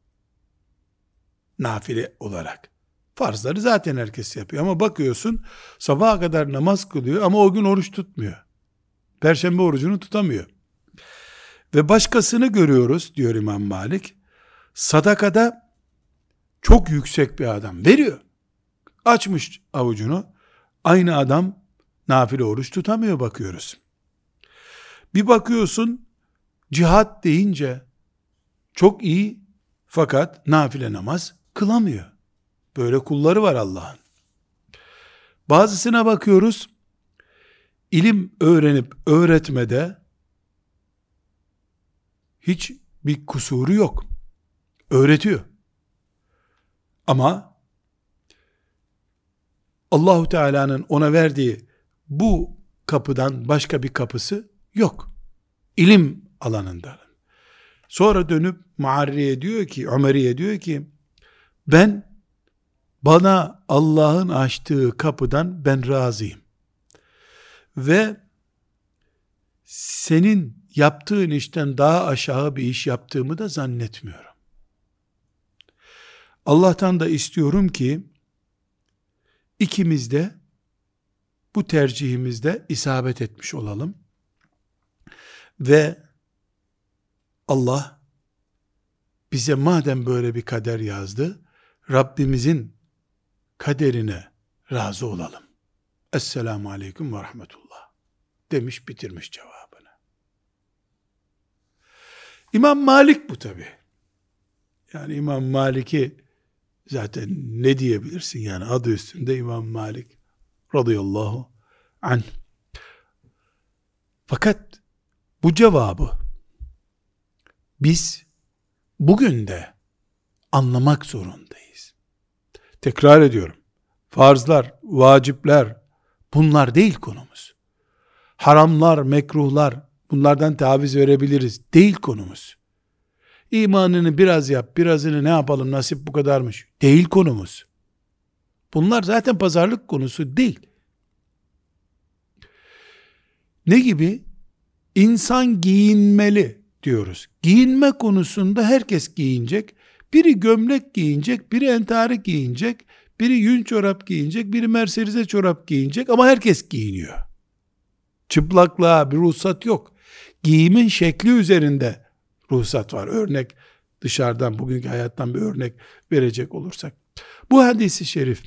Nafile olarak. Farzları zaten herkes yapıyor ama bakıyorsun sabaha kadar namaz kılıyor ama o gün oruç tutmuyor. Perşembe orucunu tutamıyor. Ve başkasını görüyoruz diyor İmam Malik. Sadakada çok yüksek bir adam veriyor. Açmış avucunu. Aynı adam nafile oruç tutamıyor bakıyoruz. Bir bakıyorsun cihat deyince çok iyi fakat nafile namaz kılamıyor. Böyle kulları var Allah'ın. Bazısına bakıyoruz ilim öğrenip öğretmede hiç bir kusuru yok. Öğretiyor. Ama Allahu Teala'nın ona verdiği bu kapıdan başka bir kapısı yok. İlim alanında. Sonra dönüp Muarriye diyor ki, Ömer'iye diyor ki, ben bana Allah'ın açtığı kapıdan ben razıyım. Ve senin yaptığın işten daha aşağı bir iş yaptığımı da zannetmiyorum. Allah'tan da istiyorum ki ikimiz de bu tercihimizde isabet etmiş olalım. Ve Allah bize madem böyle bir kader yazdı, Rabbimizin kaderine razı olalım. Esselamu aleyküm ve rahmetullah demiş, bitirmiş cevabını. İmam Malik bu tabi. Yani İmam Malik'i zaten ne diyebilirsin yani, adı üstünde İmam Malik radıyallahu anh. Fakat bu cevabı biz bugün de anlamak zorundayız. Tekrar ediyorum. Farzlar, vacipler bunlar değil konumuz. Haramlar, mekruhlar bunlardan taviz verebiliriz. Değil konumuz. İmanını biraz yap, birazını ne yapalım, nasip bu kadarmış. Değil konumuz. Bunlar zaten pazarlık konusu değil. Ne gibi? İnsan giyinmeli diyoruz. Giyinme konusunda herkes giyinecek. Biri gömlek giyinecek, biri entari giyinecek, biri yün çorap giyinecek, biri merserize çorap giyinecek ama herkes giyiniyor. Çıplaklığa bir ruhsat yok. Giyimin şekli üzerinde ruhsat var. Örnek dışarıdan, bugünkü hayattan bir örnek verecek olursak. Bu hadis-i şerif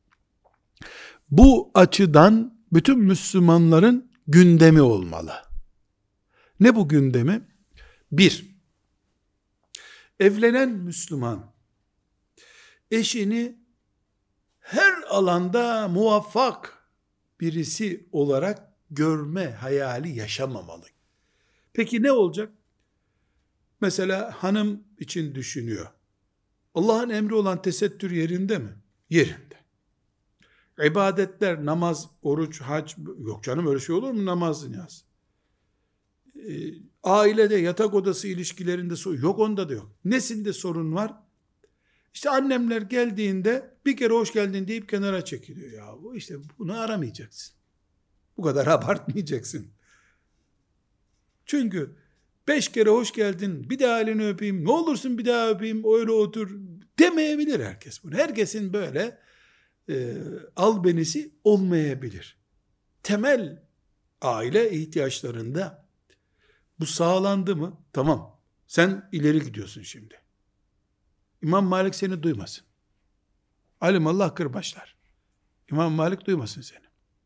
bu açıdan bütün Müslümanların gündemi olmalı. Ne bu gündemi? Bir, evlenen Müslüman eşini her alanda muvaffak birisi olarak görme hayali yaşamamalı. Peki ne olacak? Mesela hanım için düşünüyor. Allah'ın emri olan tesettür yerinde mi? Yerinde. İbadetler, namaz, oruç, hac, yok canım öyle şey olur mu, namaz, niyaz? E, ailede, yatak odası ilişkilerinde sorun yok, onda da yok. Nesinde sorun var? İşte annemler geldiğinde bir kere hoş geldin deyip kenara çekiliyor. Ya bu işte, bunu aramayacaksın. Bu kadar abartmayacaksın. Çünkü beş kere hoş geldin, bir daha elini öpeyim, ne olursun bir daha öpeyim, öyle otur demeyebilir herkes bunu. Herkesin böyle e, albenisi olmayabilir. Temel aile ihtiyaçlarında bu sağlandı mı? Tamam. Sen ileri gidiyorsun şimdi. İmam Malik seni duymasın. Alimallah kırbaçlar. İmam Malik duymasın seni.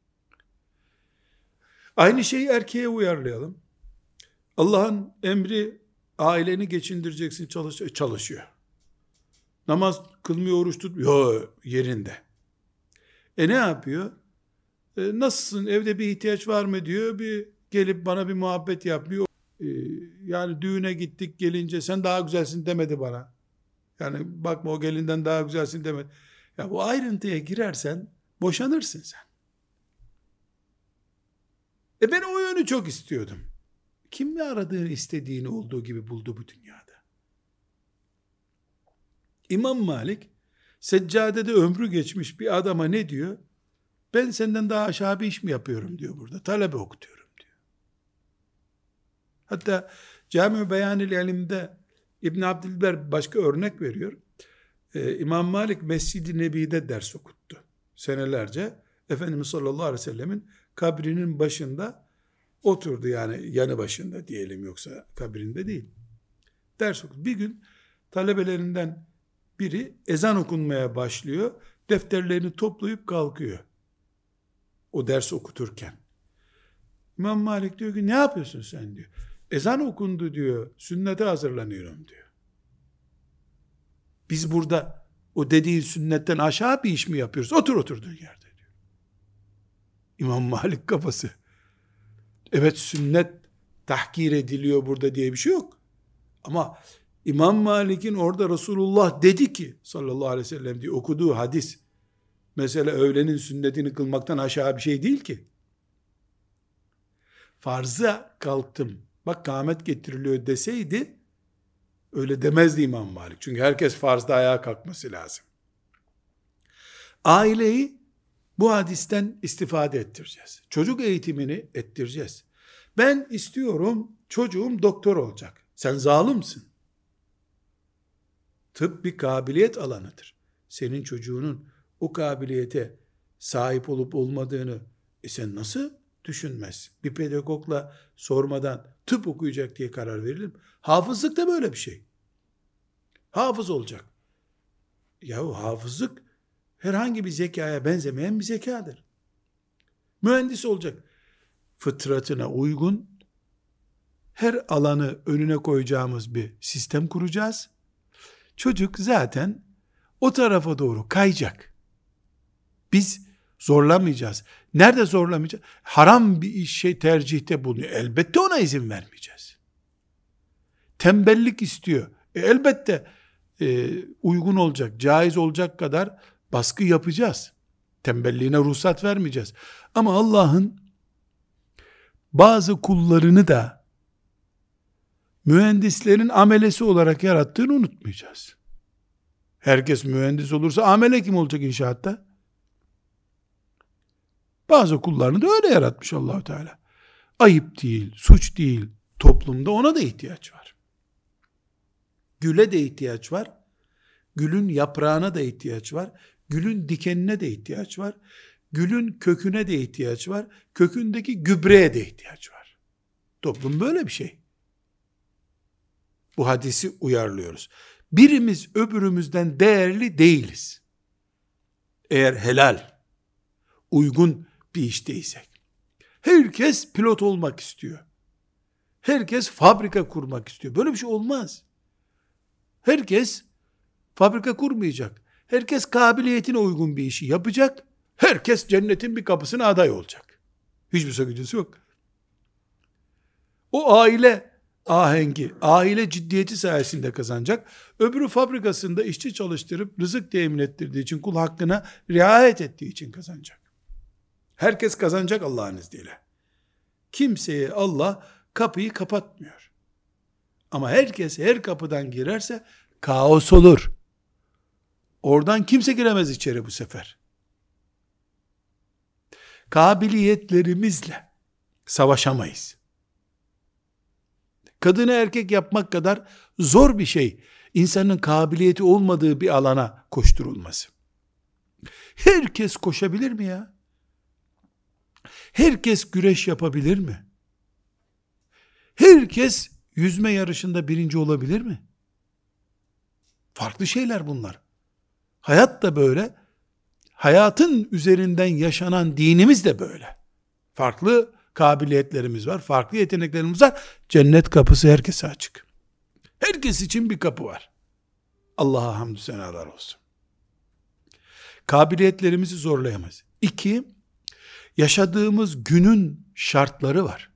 Aynı şeyi erkeğe uyarlayalım. Allah'ın emri aileni geçindireceksin, çalış çalışıyor. Namaz kılmıyor, oruç tutmuyor, yerinde. E ne yapıyor? E, nasılsın, evde bir ihtiyaç var mı diyor, bir gelip bana bir muhabbet yapmıyor. E, yani düğüne gittik, gelince sen daha güzelsin demedi bana. Yani bakma o gelinden daha güzelsin demedi. Ya bu ayrıntıya girersen boşanırsın sen. E ben o yönü çok istiyordum. Kim aradığını, istediğini olduğu gibi buldu bu dünyada. İmam Malik seccadede ömrü geçmiş bir adama ne diyor? Ben senden daha aşağı bir iş mi yapıyorum diyor burada. Talebe okutuyorum diyor. Hatta Cami-i Beyanil İlim'de İbn Abdülber başka örnek veriyor. Ee, İmam Malik Mescid-i Nebi'de ders okuttu. Senelerce Efendimiz sallallahu aleyhi ve sellemin kabrinin başında oturdu, yani yanı başında diyelim, yoksa kabrinde değil. Ders okuttu. Bir gün talebelerinden biri ezan okunmaya başlıyor. Defterlerini toplayıp kalkıyor. O ders okuturken. İmam Malik diyor ki ne yapıyorsun sen diyor. Ezan okundu diyor. Sünnete hazırlanıyorum diyor. Biz burada o dediğin sünnetten aşağı bir iş mi yapıyoruz? Otur oturduğun yerde diyor. İmam Malik kafası. Evet, sünnet tahkir ediliyor burada diye bir şey yok. Ama İmam Malik'in orada Resulullah dedi ki sallallahu aleyhi ve sellem diye okuduğu hadis, mesela öğlenin sünnetini kılmaktan aşağı bir şey değil ki. Farza kalktım, bak kâhmet getiriliyor deseydi, öyle demezdi İmam Malik. Çünkü herkes farzda ayağa kalkması lazım. Aileyi bu hadisten istifade ettireceğiz. Çocuk eğitimini ettireceğiz. Ben istiyorum çocuğum doktor olacak. Sen zalimsin. Tıp bir kabiliyet alanıdır. Senin çocuğunun o kabiliyete sahip olup olmadığını e sen nasıl düşünmezsin? Bir pedagogla sormadan tıp okuyacak diye karar verilir mi? Hafızlık da böyle bir şey. Hafız olacak. Yahu hafızlık herhangi bir zekaya benzemeyen bir zekadır. Mühendis olacak. Fıtratına uygun her alanı önüne koyacağımız bir sistem kuracağız. Çocuk zaten o tarafa doğru kayacak. Biz zorlamayacağız. Nerede zorlamayacağız? Haram bir şey tercihte bulunuyor. Elbette ona izin vermeyeceğiz. Tembellik istiyor. E elbette e, uygun olacak, caiz olacak kadar baskı yapacağız. Tembelliğine ruhsat vermeyeceğiz. Ama Allah'ın bazı kullarını da mühendislerin amelesi olarak yarattığını unutmayacağız. Herkes mühendis olursa amele kim olacak inşaatta? Bazı kullarını da öyle yaratmış Allah-u Teala. Ayıp değil, suç değil. Toplumda ona da ihtiyaç var. Güle de ihtiyaç var. Gülün yaprağına da ihtiyaç var. Gülün dikenine de ihtiyaç var. Gülün köküne de ihtiyaç var. Kökündeki gübreye de ihtiyaç var. Toplum böyle bir şey. Bu hadisi uyarlıyoruz. Birimiz öbürümüzden değerli değiliz. Eğer helal, uygun bir işteysek. Herkes pilot olmak istiyor. Herkes fabrika kurmak istiyor. Böyle bir şey olmaz. Herkes fabrika kurmayacak. Herkes kabiliyetine uygun bir işi yapacak. Herkes cennetin bir kapısına aday olacak. Hiçbir sakıncası yok. O aile ahengi, aile ciddiyeti sayesinde kazanacak. Öbürü fabrikasında işçi çalıştırıp rızık temin ettirdiği için, kul hakkına riayet ettiği için kazanacak. Herkes kazanacak Allah'ın izniyle. Kimseye Allah kapıyı kapatmıyor. Ama herkes her kapıdan girerse kaos olur. Oradan kimse giremez içeri bu sefer. Kabiliyetlerimizle savaşamayız. Kadını erkek yapmak kadar zor bir şey, insanın kabiliyeti olmadığı bir alana koşturulması. Herkes koşabilir mi ya? Herkes güreş yapabilir mi? Herkes yüzme yarışında birinci olabilir mi? Farklı şeyler bunlar. Hayat da böyle. Hayatın üzerinden yaşanan dinimiz de böyle. Farklı kabiliyetlerimiz var, farklı yeteneklerimiz var. Cennet kapısı herkese açık. Herkes için bir kapı var. Allah'a hamdü senalar olsun. Kabiliyetlerimizi zorlayamayız. İki, yaşadığımız günün şartları var.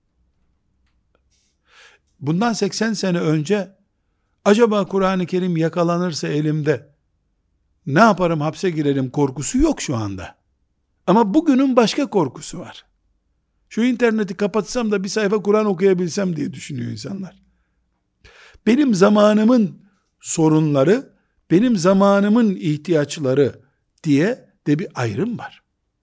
Bundan seksen sene önce acaba Kur'an-ı Kerim yakalanırsa elimde ne yaparım, hapse girerim korkusu yok şu anda. Ama bugünün başka korkusu var. Şu interneti kapatsam da bir sayfa Kur'an okuyabilsem diye düşünüyor insanlar. Benim zamanımın sorunları benim zamanımın ihtiyaçları diye de bir ayrım var.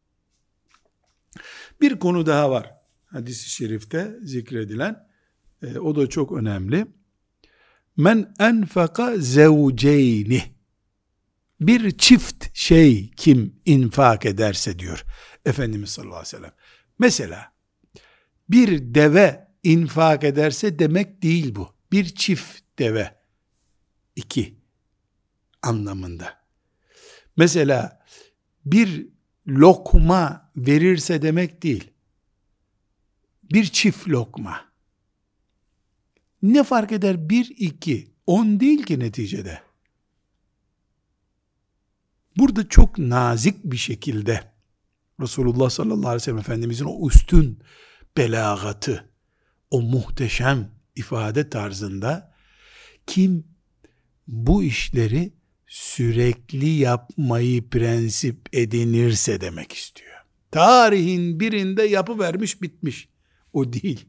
Bir konu daha var hadis-i şerifte zikredilen, e, o da çok önemli. Men enfaka zevceyni, bir çift şey kim infak ederse diyor Efendimiz sallallahu aleyhi ve sellem. Mesela bir deve infak ederse demek değil bu. Bir çift deve, iki anlamında. Mesela bir lokma verirse demek değil. Bir çift lokma. Ne fark eder? Bir, iki, on değil ki neticede. Burada çok nazik bir şekilde Resulullah sallallahu aleyhi ve sellem Efendimizin o üstün belagatı, o muhteşem ifade tarzında, kim bu işleri sürekli yapmayı prensip edinirse demek istiyor. Tarihin birinde yapıvermiş bitmiş. O değil.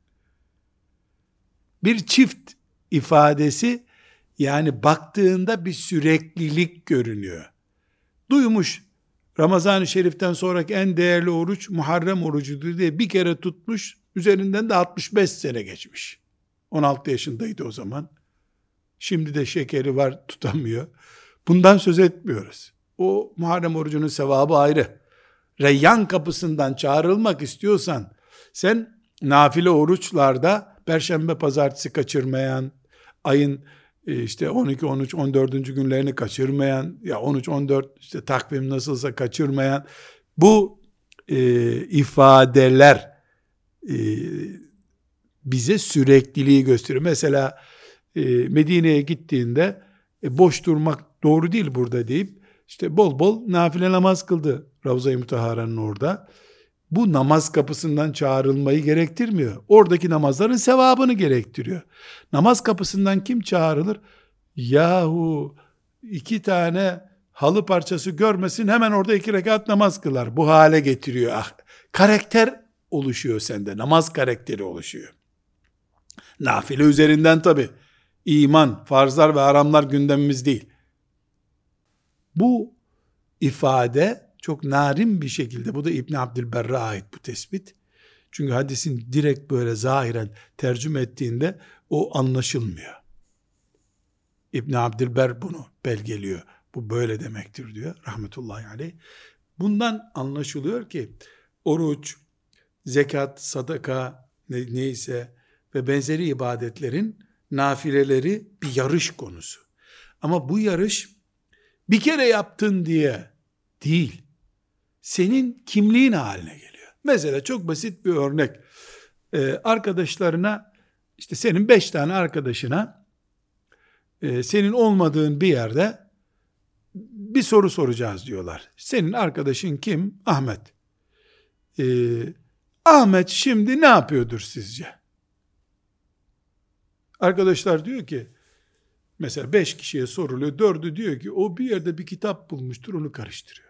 Bir çift ifadesi, yani baktığında bir süreklilik görünüyor. Duymuş, Ramazan-ı Şerif'ten sonraki en değerli oruç Muharrem orucudur diye bir kere tutmuş, üzerinden de altmış beş sene geçmiş. on altı yaşındaydı o zaman. Şimdi de şekeri var, tutamıyor. Bundan söz etmiyoruz. O Muharrem orucunun sevabı ayrı. Reyyan kapısından çağrılmak istiyorsan, sen nafile oruçlarda Perşembe, Pazartesi kaçırmayan, ayın işte on iki, on üç, on dördüncü günlerini kaçırmayan, ya on üç, on dört işte takvim nasılsa kaçırmayan, bu e, ifadeler e, bize sürekliliği gösteriyor. Mesela e, Medine'ye gittiğinde e, boş durmak doğru değil burada deyip işte bol bol nafile namaz kıldı Ravza-i Mutahhara'nın orada. Bu namaz kapısından çağrılmayı gerektirmiyor. Oradaki namazların sevabını gerektiriyor. Namaz kapısından kim çağrılır? Yahu iki tane halı parçası görmesin, hemen orada iki rekat namaz kılar. Bu hale getiriyor. Ah, karakter oluşuyor sende. Namaz karakteri oluşuyor. Nafile üzerinden tabi. İman, farzlar ve haramlar gündemimiz değil. Bu ifade çok narin bir şekilde, bu da İbn Abdülberr'e ait bu tespit. Çünkü hadisin direkt böyle zahiren tercüme ettiğinde o anlaşılmıyor. İbn Abdülber bunu belgeliyor. Bu böyle demektir diyor rahmetullahi aleyh. Bundan anlaşılıyor ki oruç, zekat, sadaka ne, neyse ve benzeri ibadetlerin nafileleri bir yarış konusu. Ama bu yarış bir kere yaptın diye değil, senin kimliğin haline geliyor. Mesela çok basit bir örnek. Ee, arkadaşlarına, işte senin beş tane arkadaşına e, senin olmadığın bir yerde bir soru soracağız diyorlar. Senin arkadaşın kim? Ahmet. Ee, Ahmet şimdi ne yapıyordur sizce? Arkadaşlar diyor ki, mesela beş kişiye soruluyor, dördü diyor ki o bir yerde bir kitap bulmuştur, onu karıştırıyordur.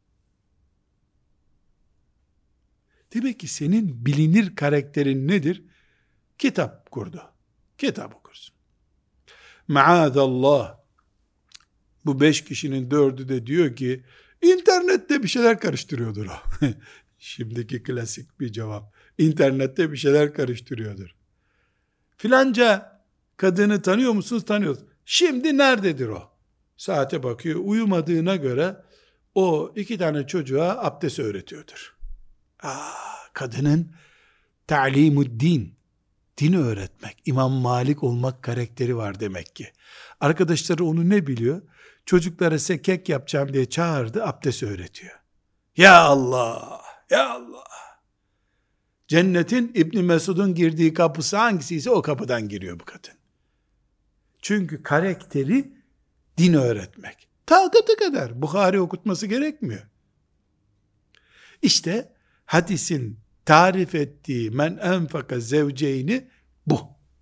Demek ki senin bilinir karakterin nedir? Kitap kurdu. Kitap okursun. Maazallah. Bu beş kişinin dördü de diyor ki internette bir şeyler karıştırıyordur o. Şimdiki klasik bir cevap. İnternette bir şeyler karıştırıyordur. Filanca kadını tanıyor musunuz? Tanıyoruz. Şimdi nerededir o? Saate bakıyor. Uyumadığına göre o iki tane çocuğa abdest öğretiyordur. Aa, kadının ta'limu'd-din, din öğretmek, İmam Malik olmak karakteri var demek ki. Arkadaşları onu ne biliyor? Çocuklara size kek yapacağım diye çağırdı, abdest öğretiyor. Ya Allah, ya Allah. Cennetin İbn Mesud'un girdiği kapısı hangisiyse o kapıdan giriyor bu kadın. Çünkü karakteri din öğretmek. Takatı kadar Bukhari okutması gerekmiyor. İşte hadisin tarif ettiği men enfaka zevceyni bu.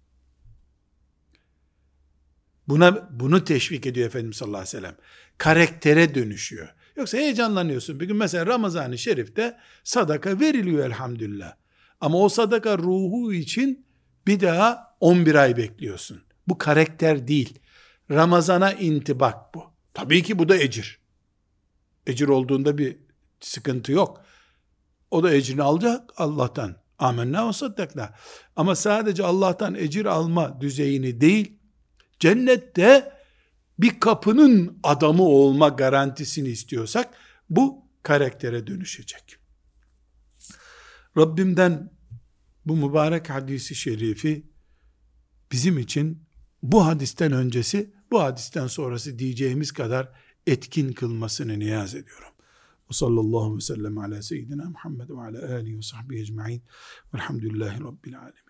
Buna, bunu teşvik ediyor Efendimiz sallallahu aleyhi ve sellem. Karaktere dönüşüyor. Yoksa heyecanlanıyorsun. Bir gün mesela Ramazan-ı Şerif'te sadaka veriliyor elhamdülillah. Ama o sadaka ruhu için bir daha on bir ay bekliyorsun. Bu karakter değil. Ramazana intibak bu. Tabii ki bu da ecir. Ecir olduğunda bir sıkıntı yok. O da ecrini alacak Allah'tan. Amenna ve saddakna. Ama sadece Allah'tan ecir alma düzeyini değil, cennette bir kapının adamı olma garantisini istiyorsak, bu karaktere dönüşecek. Rabbimden bu mübarek hadisi şerifi bizim için bu hadisten öncesi, bu hadisten sonrası diyeceğimiz kadar etkin kılmasını niyaz ediyorum. Ve sallallahu aleyhi ve sellem ala seyyidina Muhammed ve ala alihi ve sahbihi ecma'in velhamdülillahi rabbil alemin.